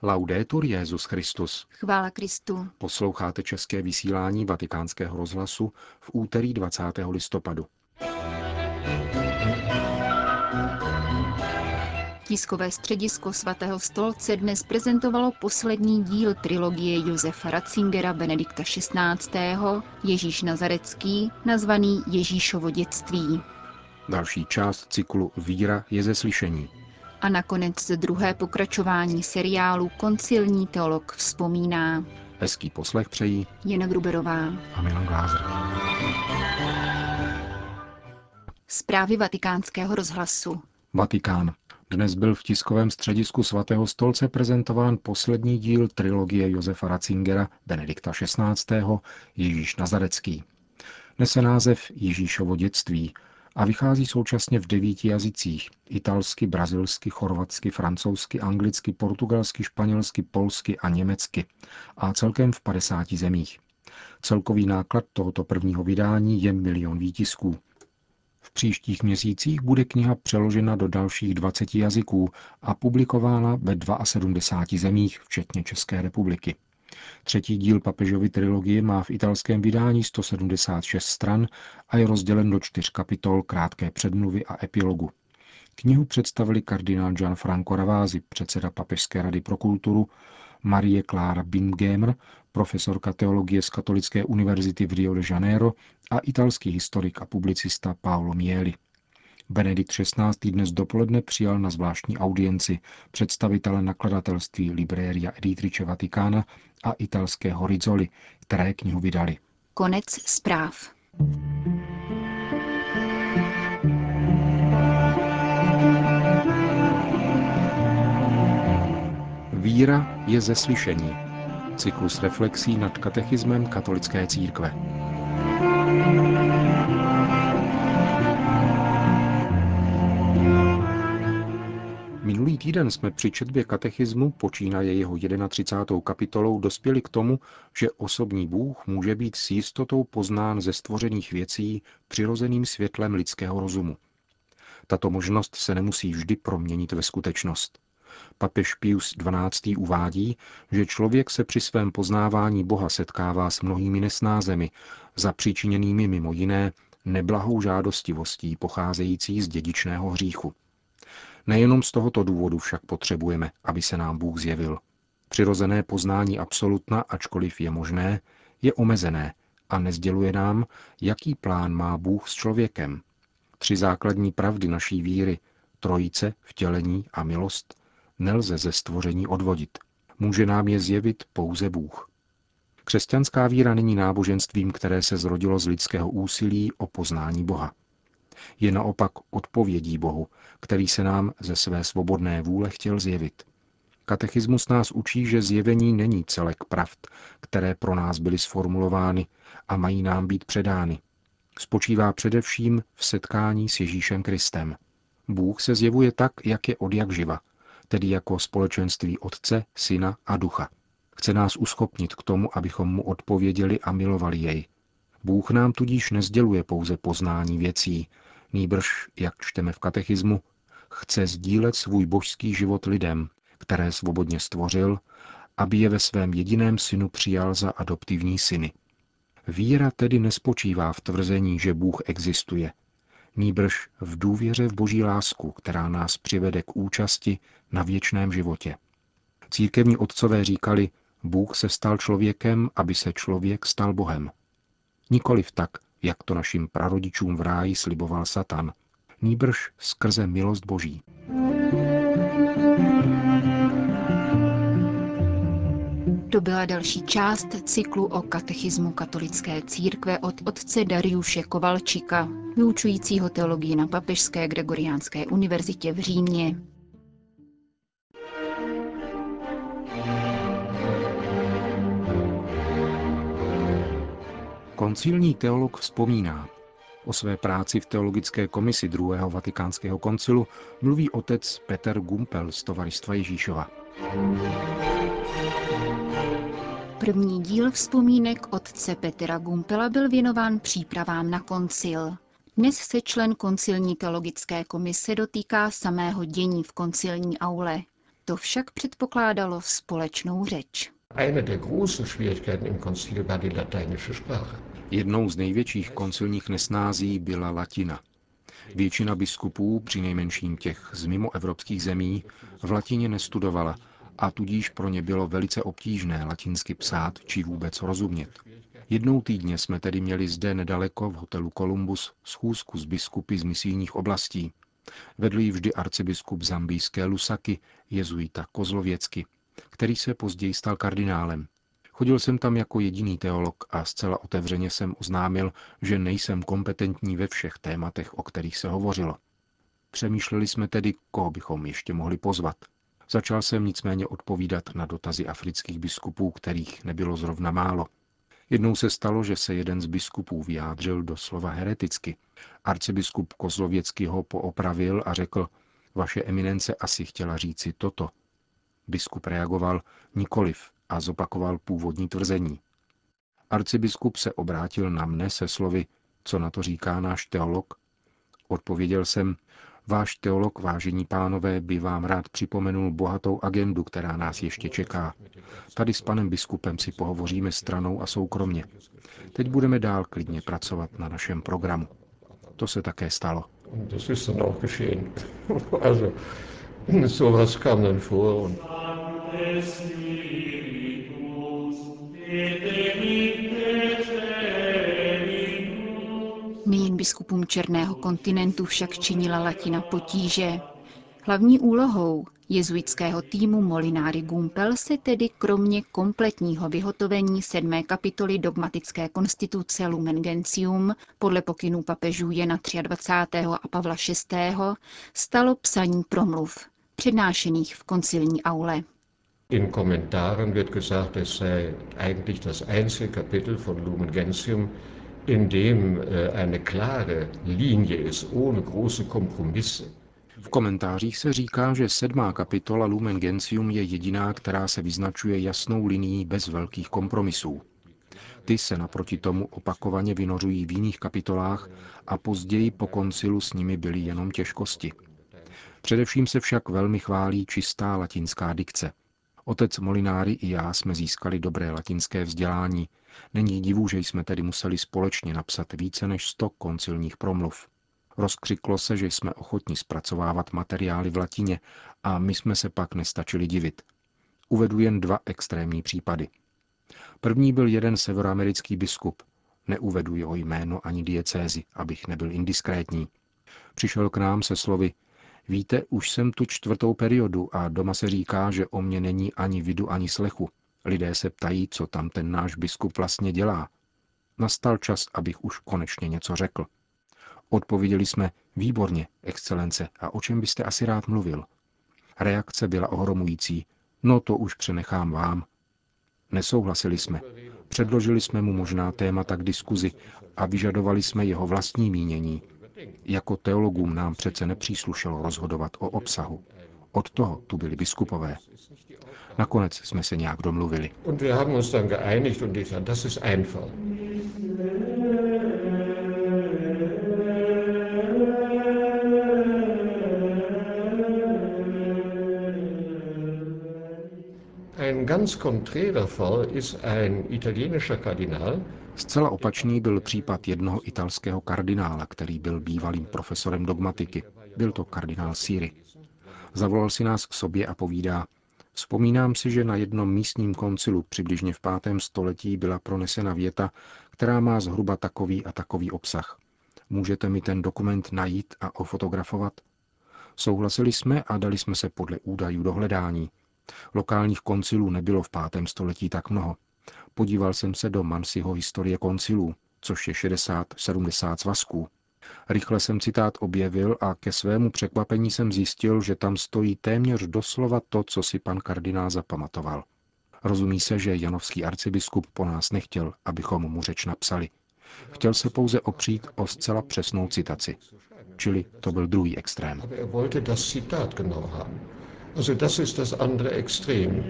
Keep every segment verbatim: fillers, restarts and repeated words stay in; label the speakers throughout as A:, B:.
A: Laudetur Jesus Christus.
B: Chvála Kristu.
A: Posloucháte české vysílání Vatikánského rozhlasu v úterý dvacátého listopadu.
B: Tiskové středisko svatého stolce dnes prezentovalo poslední díl trilogie Josefa Ratzingera Benedikta šestnáctého. Ježíš Nazarecký, nazvaný Ježíšovo dětství.
A: Další část cyklu Víra je ze slyšení.
B: A nakonec druhé pokračování seriálu Koncilní teolog vzpomíná.
A: Hezký poslech přejí
B: Jana Gruberová
A: a Milan Glázer.
B: Zprávy Vatikánského rozhlasu.
A: Vatikán. Dnes byl v tiskovém středisku svatého stolce prezentován poslední díl trilogie Josefa Ratzingera Benedikta šestnáctého. Ježíš Nazarecký. Nese název Ježíšovo dětství a vychází současně v devíti jazycích: italsky, brazilsky, chorvatsky, francouzsky, anglicky, portugalsky, španělsky, polsky a německy a celkem v padesáti zemích. Celkový náklad tohoto prvního vydání je milion výtisků. V příštích měsících bude kniha přeložena do dalších dvaceti jazyků a publikována ve sedmdesáti dvou zemích, včetně České republiky. Třetí díl papežovy trilogie má v italském vydání sto sedmdesát šest stran a je rozdělen do čtyř kapitol, krátké předmluvy a epilogu. Knihu představili kardinál Gianfranco Ravasi, předseda Papežské rady pro kulturu, Marie Clara Bingheimer, profesorka teologie z Katolické univerzity v Rio de Janeiro a italský historik a publicista Paolo Mieli. Benedikt šestnáctý. Dnes dopoledne přijal na zvláštní audienci představitele nakladatelství Libreria Editrice Vaticana a italského Rizzoli, které knihu vydali.
B: Konec zpráv.
A: Víra je ze slyšení. Cyklus reflexí nad katechismem katolické církve. Minulý týden jsme při četbě katechismu, počínaje jeho třicátou první kapitolou, dospěli k tomu, že osobní Bůh může být s jistotou poznán ze stvořených věcí přirozeným světlem lidského rozumu. Tato možnost se nemusí vždy proměnit ve skutečnost. Papež Pius dvanáctý. Uvádí, že člověk se při svém poznávání Boha setkává s mnohými nesnázemi, zapříčiněnými mimo jiné neblahou žádostivostí pocházející z dědičného hříchu. Nejenom z tohoto důvodu však potřebujeme, aby se nám Bůh zjevil. Přirozené poznání absolutna, ačkoliv je možné, je omezené a nesděluje nám, jaký plán má Bůh s člověkem. Tři základní pravdy naší víry, trojice, vtělení a milost, nelze ze stvoření odvodit. Může nám je zjevit pouze Bůh. Křesťanská víra není náboženstvím, které se zrodilo z lidského úsilí o poznání Boha. Je naopak odpovědí Bohu, který se nám ze své svobodné vůle chtěl zjevit. Katechismus nás učí, že zjevení není celek pravd, které pro nás byly sformulovány a mají nám být předány. Spočívá především v setkání s Ježíšem Kristem. Bůh se zjevuje tak, jak je odjakživa, tedy jako společenství Otce, Syna a Ducha. Chce nás uschopnit k tomu, abychom mu odpověděli a milovali jej. Bůh nám tudíž nesděluje pouze poznání věcí, nýbrž, jak čteme v katechismu, chce sdílet svůj božský život lidem, které svobodně stvořil, aby je ve svém jediném synu přijal za adoptivní syny. Víra tedy nespočívá v tvrzení, že Bůh existuje, nýbrž v důvěře v boží lásku, která nás přivede k účasti na věčném životě. Církevní otcové říkali, Bůh se stal člověkem, aby se člověk stal Bohem. Nikoliv tak, jak to našim prarodičům v ráji sliboval Satan, nýbrž skrze milost Boží.
B: To byla další část cyklu o katechismu katolické církve od otce Dariuše Kovalčika, vyučujícího teologii na Papežské Gregoriánské univerzitě v Římě.
A: Koncilní teolog vzpomíná. O své práci v teologické komisi druhého vatikánského koncilu mluví otec Peter Gumpel z Tovaristva Ježíšova.
B: První díl vzpomínek otce Petra Gumpela byl věnován přípravám na koncil. Dnes se člen koncilní teologické komise dotýká samého dění v koncilní aule. To však předpokládalo společnou řeč.
A: Jednou z největších koncilních nesnází byla latina. Většina biskupů, přinejmenším těch z mimoevropských zemí, v latině nestudovala a tudíž pro ně bylo velice obtížné latinsky psát či vůbec rozumět. Jednou týdně jsme tedy měli zde nedaleko v hotelu Columbus schůzku s biskupy z misijních oblastí. Vedl ji vždy arcibiskup zambijské Lusaky, jezuita Kozlověcky, který se později stal kardinálem. Chodil jsem tam jako jediný teolog a zcela otevřeně jsem oznámil, že nejsem kompetentní ve všech tématech, o kterých se hovořilo. Přemýšleli jsme tedy, koho bychom ještě mohli pozvat. Začal jsem nicméně odpovídat na dotazy afrických biskupů, kterých nebylo zrovna málo. Jednou se stalo, že se jeden z biskupů vyjádřil doslova hereticky. Arcibiskup Kozlověcký ho poopravil a řekl: Vaše eminence asi chtěla říci toto. Biskup reagoval: Nikoliv, a zopakoval původní tvrzení. Arcibiskup se obrátil na mne se slovy: Co na to říká náš teolog? Odpověděl jsem: Váš teolog, vážení pánové, by vám rád připomenul bohatou agendu, která nás ještě čeká. Tady s panem biskupem si pohovoříme stranou a soukromně. Teď budeme dál klidně pracovat na našem programu. To se také stalo.
B: Nejen biskupům černého kontinentu však činila latina potíže. Hlavní úlohou jezuitského týmu Molinari Gumpel se tedy kromě kompletního vyhotovení sedmé kapitoly dogmatické konstituce Lumen Gentium podle pokynů papežů Jana dvacátého třetího a Pavla šestého stalo psaní promluv, přednášených v koncilní aule.
C: In Kommentaren wird gesagt, es sei eigentlich das einzige Kapitel von Lumen Gentium, in dem eine klare Linie ist, ohne große Kompromisse.
A: V komentářích se říká, že sedmá kapitola Lumen Gentium je jediná, která se vyznačuje jasnou linií bez velkých kompromisů. Ty se naproti tomu opakovaně vynořují v jiných kapitolách a později po koncilu s nimi byly jenom těžkosti. Především se však velmi chválí čistá latinská dikce. Otec Molinari i já jsme získali dobré latinské vzdělání. Není divu, že jsme tedy museli společně napsat více než sto koncilních promluv. Rozkřiklo se, že jsme ochotni zpracovávat materiály v latině a my jsme se pak nestačili divit. Uvedu jen dva extrémní případy. První byl jeden severoamerický biskup. Neuvedu jeho jméno ani diecézi, abych nebyl indiskrétní. Přišel k nám se slovy: Víte, už jsem tu čtvrtou periodu a doma se říká, že o mě není ani vidu, ani slechu. Lidé se ptají, co tam ten náš biskup vlastně dělá. Nastal čas, abych už konečně něco řekl. Odpověděli jsme: Výborně, excelence, a o čem byste asi rád mluvil? Reakce byla ohromující: No to už přenechám vám. Nesouhlasili jsme. Předložili jsme mu možná témata k diskuzi a vyžadovali jsme jeho vlastní mínění. Jako teologům nám přece nepříslušelo rozhodovat o obsahu. Od toho tu byli biskupové. Nakonec jsme se nějak domluvili.
C: Ein ganz konträrer Fall ist ein italienischer Kardinál.
A: Zcela opačný byl případ jednoho italského kardinála, který byl bývalým profesorem dogmatiky. Byl to kardinál Siri. Zavolal si nás k sobě a povídá: Vzpomínám si, že na jednom místním koncilu přibližně v pátém století byla pronesena věta, která má zhruba takový a takový obsah. Můžete mi ten dokument najít a ofotografovat? Souhlasili jsme a dali jsme se podle údajů do hledání. Lokálních koncilů nebylo v pátém století tak mnoho. Podíval jsem se do Mansiho historie koncilů, což je šedesát sedmdesát svazků. Rychle jsem citát objevil a ke svému překvapení jsem zjistil, že tam stojí téměř doslova to, co si pan kardinál zapamatoval. Rozumí se, že janovský arcibiskup po nás nechtěl, abychom mu řeč napsali. Chtěl se pouze opřít o zcela přesnou citaci. Čili to byl druhý extrém.
C: Also das ist das andere Extrem.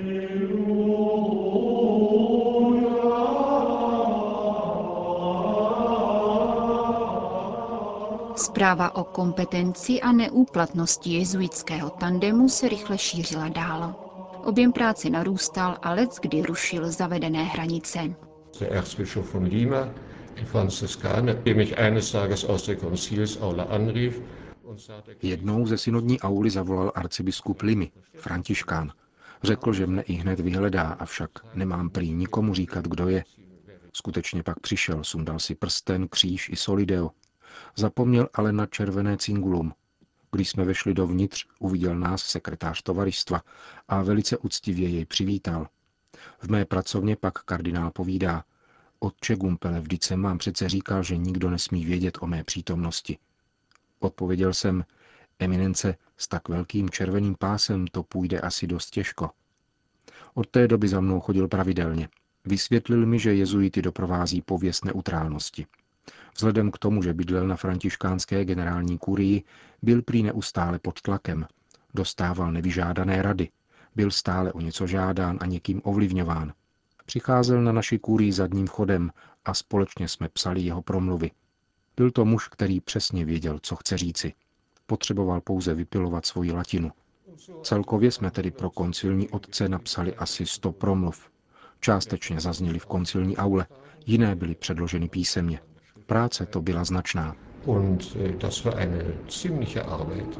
B: Z Zpráva o kompetenci a neúplatnosti jezuitského tandemu se rychle šířila dál. Objem práce narůstal a leckdy rušil zavedené hranice.
C: Der Erzbischof von Lima, die Franziskaner, die mich eines Tages aus der Konzilsaula anrief und sagte,
A: Jednou ze synodní auly zavolal arcibiskup Limy, františkán. Řekl, že mne i hned vyhledá, avšak nemám prý nikomu říkat, kdo je. Skutečně pak přišel, sundal si prsten, kříž i solideo. Zapomněl ale na červené cingulum. Když jsme vešli dovnitř, uviděl nás sekretář tovaristva a velice úctivě jej přivítal. V mé pracovně pak kardinál povídá: Otče Gumpele, vždyť jsem vám přece říkal, že nikdo nesmí vědět o mé přítomnosti. Odpověděl jsem: Eminence, s tak velkým červeným pásem to půjde asi dost těžko. Od té doby za mnou chodil pravidelně. Vysvětlil mi, že jezuity doprovází pověst neutrálnosti. Vzhledem k tomu, že bydlel na františkánské generální kurii, byl prý neustále pod tlakem. Dostával nevyžádané rady. Byl stále o něco žádán a někým ovlivňován. Přicházel na naši kurii zadním vchodem a společně jsme psali jeho promluvy. Byl to muž, který přesně věděl, co chce říci. Potřeboval pouze vypilovat svoji latinu. Celkově jsme tedy pro koncilní otce napsali asi sto promluv. Částečně zazněly v koncilní aule, jiné byly předloženy písemně. Práce to byla značná.
C: Und das war eine ziemliche Arbeit.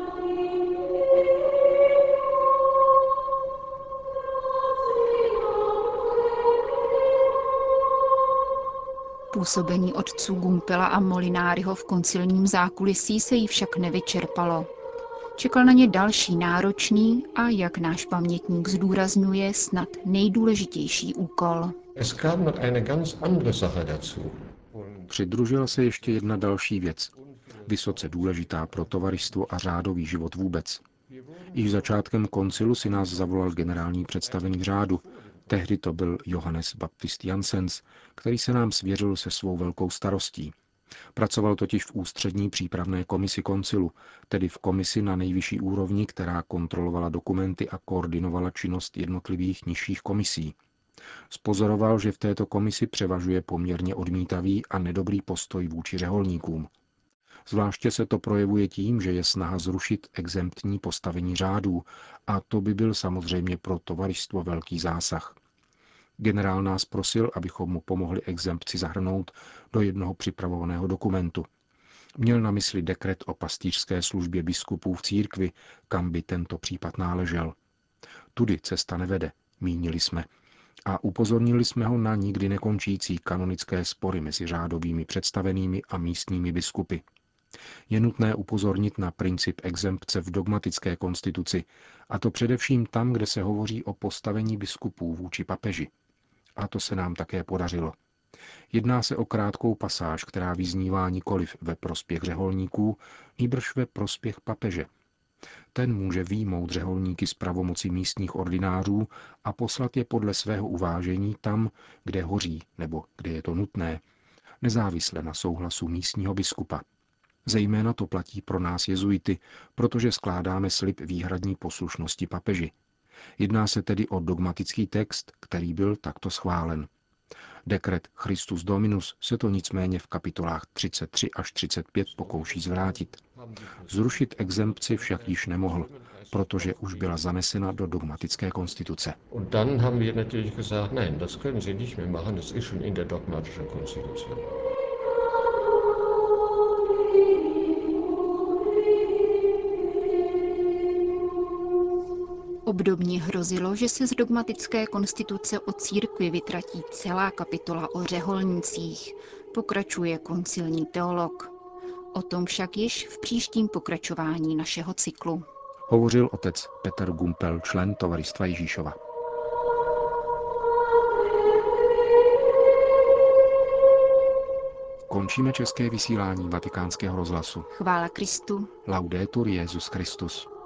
B: Působení otců Gumpela a Molináriho v koncilním zákulisí se jí však nevyčerpalo. Čekal na ně další náročný a, jak náš pamětník zdůrazňuje, snad nejdůležitější úkol.
C: Es kam noch eine ganz andere Sache dazu.
A: Přidružila se ještě jedna další věc, vysoce důležitá pro tovaristvo a řádový život vůbec. Již začátkem koncilu si nás zavolal generální představený řádu. Tehdy to byl Johannes Baptist Janssens, který se nám svěřil se svou velkou starostí. Pracoval totiž v ústřední přípravné komisi koncilu, tedy v komisi na nejvyšší úrovni, která kontrolovala dokumenty a koordinovala činnost jednotlivých nižších komisí. Spozoroval, že v této komisi převažuje poměrně odmítavý a nedobrý postoj vůči řeholníkům. Zvláště se to projevuje tím, že je snaha zrušit exemptní postavení řádů, a to by byl samozřejmě pro tovaristvo velký zásah. Generál nás prosil, abychom mu pomohli exempci zahrnout do jednoho připravovaného dokumentu. Měl na mysli dekret o pastýřské službě biskupů v církvi, kam by tento případ náležel. Tudy cesta nevede, mínili jsme, a upozornili jsme ho na nikdy nekončící kanonické spory mezi řádovými představenými a místními biskupy. Je nutné upozornit na princip exempce v dogmatické konstituci, a to především tam, kde se hovoří o postavení biskupů vůči papeži. A to se nám také podařilo. Jedná se o krátkou pasáž, která vyznívá nikoliv ve prospěch řeholníků, nýbrž ve prospěch papeže. Ten může vyjmout řeholníky z pravomoci místních ordinářů a poslat je podle svého uvážení tam, kde hoří nebo kde je to nutné, nezávisle na souhlasu místního biskupa. Zejména to platí pro nás jezuity, protože skládáme slib výhradní poslušnosti papeži. Jedná se tedy o dogmatický text, který byl takto schválen. Dekret Christus Dominus se to nicméně v kapitolách třicet tři až třicet pět pokouší zvrátit. Zrušit exempci však již nemohl, protože už byla zanesena do dogmatické konstituce.
C: Und dann haben wir natürlich gesagt, nein, das können Sie nicht mehr machen, das ist schon in der dogmatischen Konstitution.
B: Obdobně hrozilo, že se z dogmatické konstituce o církvi vytratí celá kapitola o řeholnících, pokračuje koncilní teolog. O tom však již v příštím pokračování našeho cyklu.
A: Hovořil otec Petr Gumpel, člen Tovaristva Ježíšova. Končíme české vysílání Vatikánského rozhlasu.
B: Chvála Kristu.
A: Laudetur Jesus Christus.